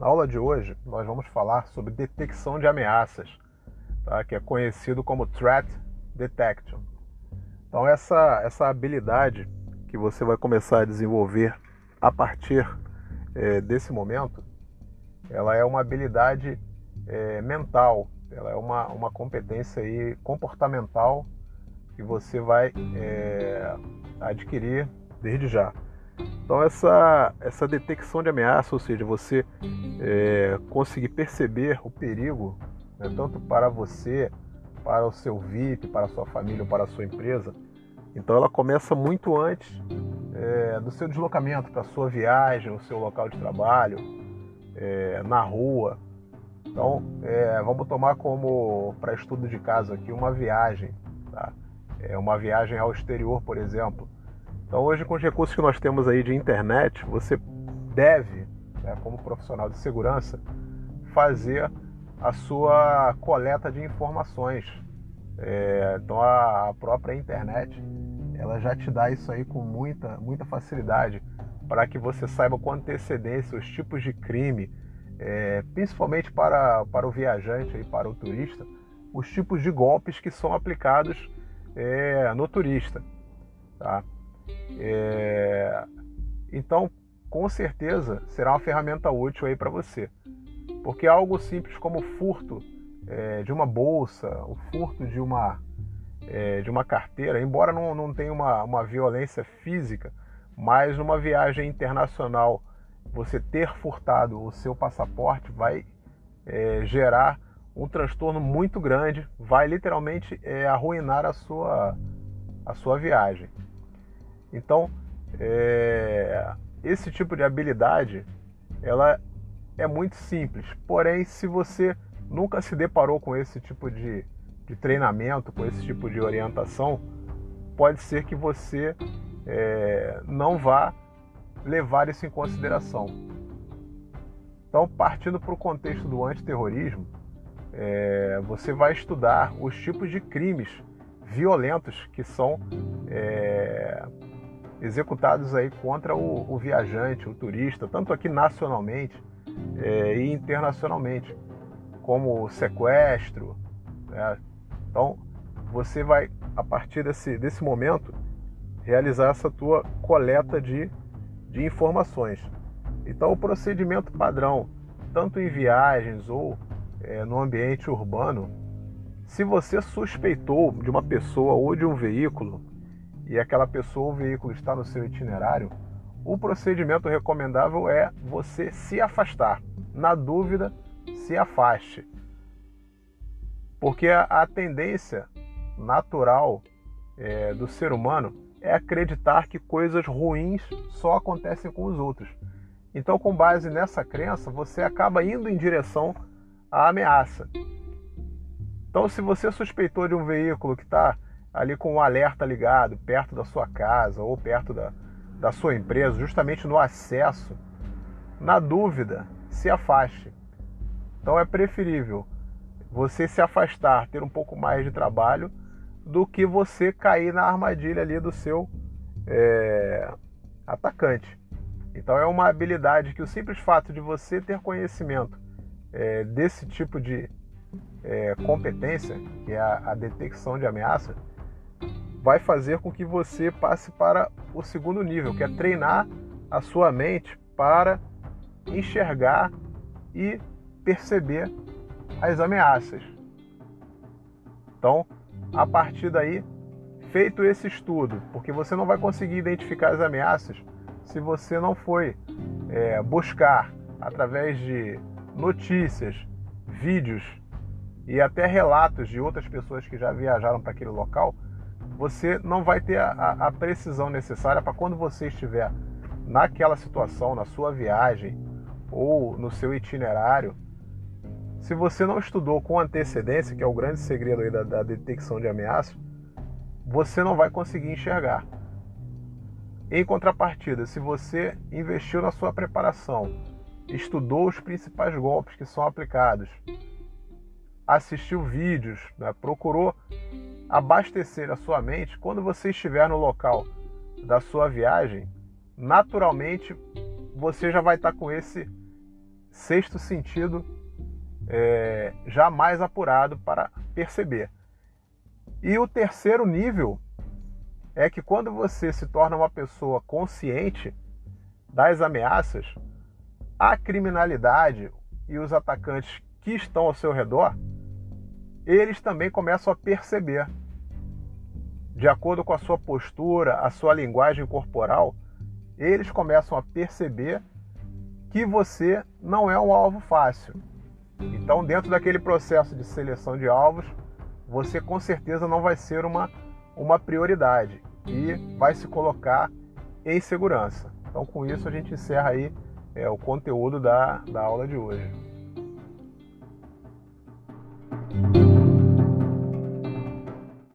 Na aula de hoje, nós vamos falar sobre detecção de ameaças, tá? Que é conhecido como Threat Detection. Então, essa habilidade que você vai começar a desenvolver a partir desse momento, ela é uma habilidade mental, ela é uma competência aí comportamental que você vai adquirir desde já. Então essa detecção de ameaça, ou seja, você conseguir perceber o perigo, né, tanto para você, para o seu VIP, para a sua família ou para a sua empresa, então ela começa muito antes do seu deslocamento para a sua viagem, o seu local de trabalho, na rua. Então vamos tomar como para estudo de caso aqui uma viagem, tá? Uma viagem ao exterior, por exemplo. Então hoje, com os recursos que nós temos aí de internet, você deve, né, como profissional de segurança, fazer a sua coleta de informações. Então a própria internet, ela já te dá isso aí com muita facilidade, para que você saiba com antecedência os tipos de crime, principalmente para o viajante, aí, para o turista, os tipos de golpes que são aplicados no turista, tá? Então, com certeza, será uma ferramenta útil aí para você. Porque algo simples como o furto de uma bolsa, o furto de uma carteira, embora não tenha uma violência física, mas numa viagem internacional, você ter furtado o seu passaporte vai gerar um transtorno muito grande, vai literalmente arruinar a sua viagem. Então, esse tipo de habilidade, ela é muito simples. Porém, se você nunca se deparou com esse tipo de treinamento, com esse tipo de orientação, pode ser que você não vá levar isso em consideração. Então, partindo para o contexto do antiterrorismo, você vai estudar os tipos de crimes violentos que são executados aí contra o viajante, o turista, tanto aqui nacionalmente e internacionalmente, como o sequestro, né? Então, você vai, a partir desse momento, realizar essa tua coleta de informações. Então, o procedimento padrão, tanto em viagens ou no ambiente urbano, se você suspeitou de uma pessoa ou de um veículo, e aquela pessoa ou veículo está no seu itinerário, o procedimento recomendável é você se afastar. Na dúvida, se afaste. Porque a tendência natural do ser humano é acreditar que coisas ruins só acontecem com os outros. Então, com base nessa crença, você acaba indo em direção à ameaça. Então, se você suspeitou de um veículo que está ali com um alerta ligado, perto da sua casa ou perto da sua empresa, justamente no acesso, na dúvida, se afaste. Então é preferível você se afastar, ter um pouco mais de trabalho, do que você cair na armadilha ali do seu atacante. Então é uma habilidade que o simples fato de você ter conhecimento desse tipo de competência, que é a detecção de ameaça, vai fazer com que você passe para o segundo nível, que é treinar a sua mente para enxergar e perceber as ameaças. Então, a partir daí, feito esse estudo, porque você não vai conseguir identificar as ameaças se você não foi buscar através de notícias, vídeos e até relatos de outras pessoas que já viajaram para aquele local, você não vai ter a precisão necessária para quando você estiver naquela situação, na sua viagem ou no seu itinerário. Se você não estudou com antecedência, que é o grande segredo aí da detecção de ameaças, você não vai conseguir enxergar. Em contrapartida, se você investiu na sua preparação, estudou os principais golpes que são aplicados, assistiu vídeos, né, procurou abastecer a sua mente, quando você estiver no local da sua viagem, naturalmente você já vai estar com esse sexto sentido já mais apurado para perceber. E o terceiro nível é que quando você se torna uma pessoa consciente das ameaças, a criminalidade e os atacantes que estão ao seu redor, eles também começam a perceber, de acordo com a sua postura, a sua linguagem corporal, eles começam a perceber que você não é um alvo fácil. Então, dentro daquele processo de seleção de alvos, você com certeza não vai ser uma prioridade e vai se colocar em segurança. Então, com isso, a gente encerra aí o conteúdo da aula de hoje.